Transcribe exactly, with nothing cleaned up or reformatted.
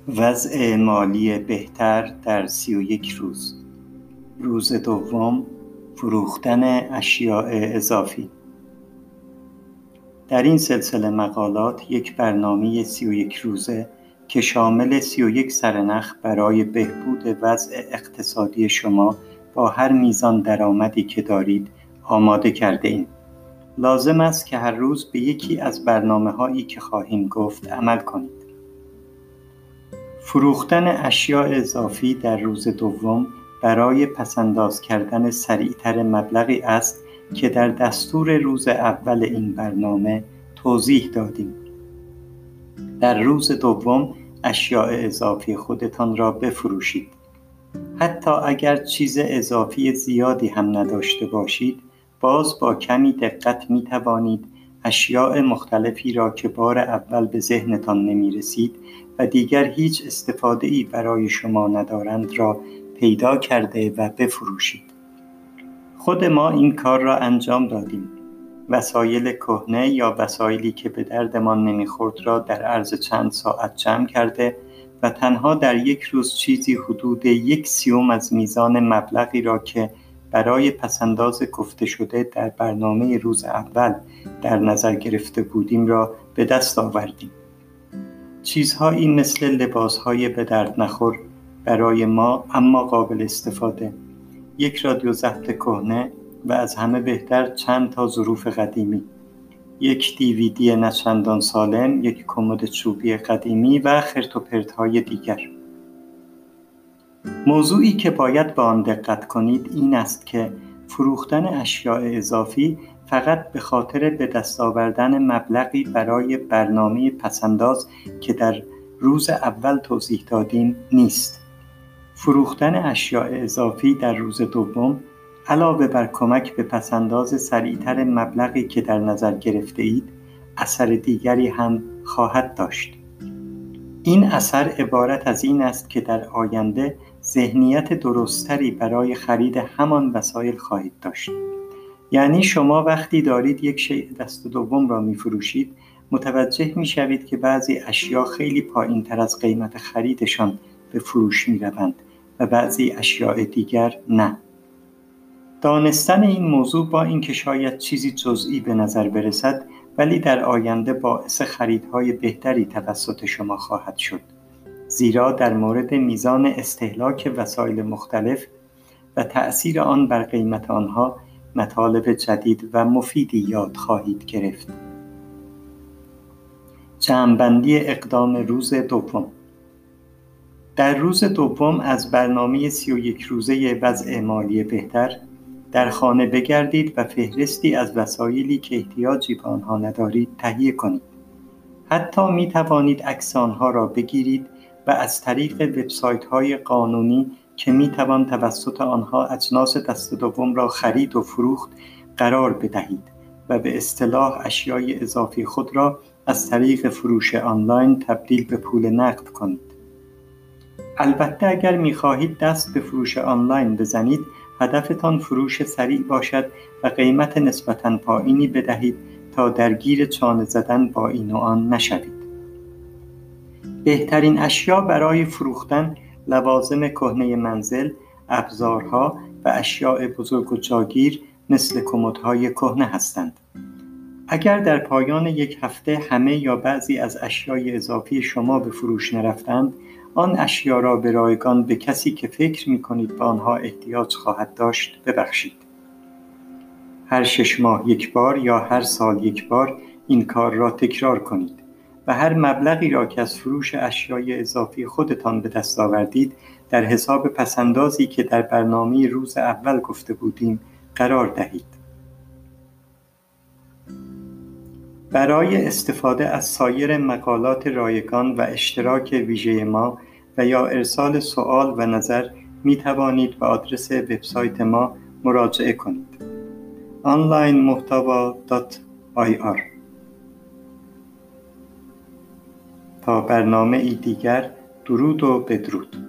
وضع مالی بهتر در سی و یک روز. روز دوم، فروختن اشیاء اضافی. در این سلسله مقالات یک برنامه سی و یک روزه که شامل سی و یک سرنخ برای بهبود وضع اقتصادی شما با هر میزان درآمدی که دارید آماده کرده ایم. لازم است که هر روز به یکی از برنامه هایی که خواهیم گفت عمل کنید. فروختن اشیاء اضافی در روز دوم برای پسنداز کردن سریعتر مبلغی است که در دستور روز اول این برنامه توضیح دادیم. در روز دوم اشیاء اضافی خودتان را بفروشید. حتی اگر چیز اضافی زیادی هم نداشته باشید، باز با کمی دقت می توانید اشیاء مختلفی را که بار اول به ذهنتان نمی رسید و دیگر هیچ استفاده‌ای برای شما ندارند را پیدا کرده و بفروشید. خود ما این کار را انجام دادیم. وسایل کهنه یا وسایلی که به دردمان نمیخورد را در عرض چند ساعت جمع کرده و تنها در یک روز چیزی حدود یک سیوم از میزان مبلغی را که برای پسنداز گفته شده در برنامه روز اول در نظر گرفته بودیم را به دست آوردیم. چیزهایی مثل لباسهای به درد نخور برای ما اما قابل استفاده، یک رادیو ضبط کهنه و از همه بهتر چند تا ظروف قدیمی، یک دیویدی نچندان سالم، یک کمد چوبی قدیمی و خرت و پرت‌های دیگر. موضوعی که باید به آن دقت کنید این است که فروختن اشیاء اضافی فقط به خاطر به دست آوردن مبلغی برای برنامه پسنداز که در روز اول توضیح دادیم نیست. فروختن اشیاء اضافی در روز دوم علاوه بر کمک به پسنداز سریعتر مبلغی که در نظر گرفته اید، اثر دیگری هم خواهد داشت. این اثر عبارت از این است که در آینده ذهنیت درستری برای خرید همان وسایل خواهید داشت. یعنی شما وقتی دارید یک شیء دست دوم را می فروشید، متوجه می شوید که بعضی اشیا خیلی پایین تر از قیمت خریدشان به فروش می روند و بعضی اشیاء دیگر نه. دانستن این موضوع با اینکه شاید چیزی جزئی به نظر برسد، ولی در آینده باعث خریدهای بهتری توسط شما خواهد شد. زیرا در مورد میزان استهلاک وسایل مختلف و تأثیر آن بر قیمت آنها مطالب جدید و مفیدی یاد خواهید گرفت. جمع‌بندی اقدام روز دوم. در روز دوم از برنامه سی و یک روزه وضع مالی بهتر در خانه بگردید و فهرستی از وسایلی که احتیاجی به آنها ندارید تهیه کنید. حتی می توانید عکس آنها را بگیرید و از طریق وبسایت‌های قانونی که می توان توسط آنها اجناس دست دوم را خرید و فروخت قرار بدهید و به اصطلاح اشیای اضافی خود را از طریق فروش آنلاین تبدیل به پول نقد کنید. البته اگر می خواهید دست به فروش آنلاین بزنید، هدفتان فروش سریع باشد و قیمت نسبتاً پایینی بدهید تا درگیر چانه زدن با این و آن نشوید. بهترین اشیا برای فروختن لوازم کهنه منزل، ابزارها و اشیاء بزرگ و جاگیر مثل کمدهای کهنه هستند. اگر در پایان یک هفته همه یا بعضی از اشیای اضافی شما به فروش نرفتند، آن اشیا را به رایگان به کسی که فکر می‌کنید به آنها احتیاج خواهد داشت ببخشید. هر شش ماه یک بار یا هر سال یک بار این کار را تکرار کنید و هر مبلغی را که از فروش اشیای اضافی خودتان به دست آوردید در حساب پسندازی که در برنامه روز اول گفته بودیم قرار دهید. برای استفاده از سایر مقالات رایگان و اشتراک ویژه ما و یا ارسال سوال و نظر می توانید به آدرس وبسایت ما مراجعه کنید. آنلاین محتوا دات آی آر. تا برنامه ای دیگر، درود و بدرود.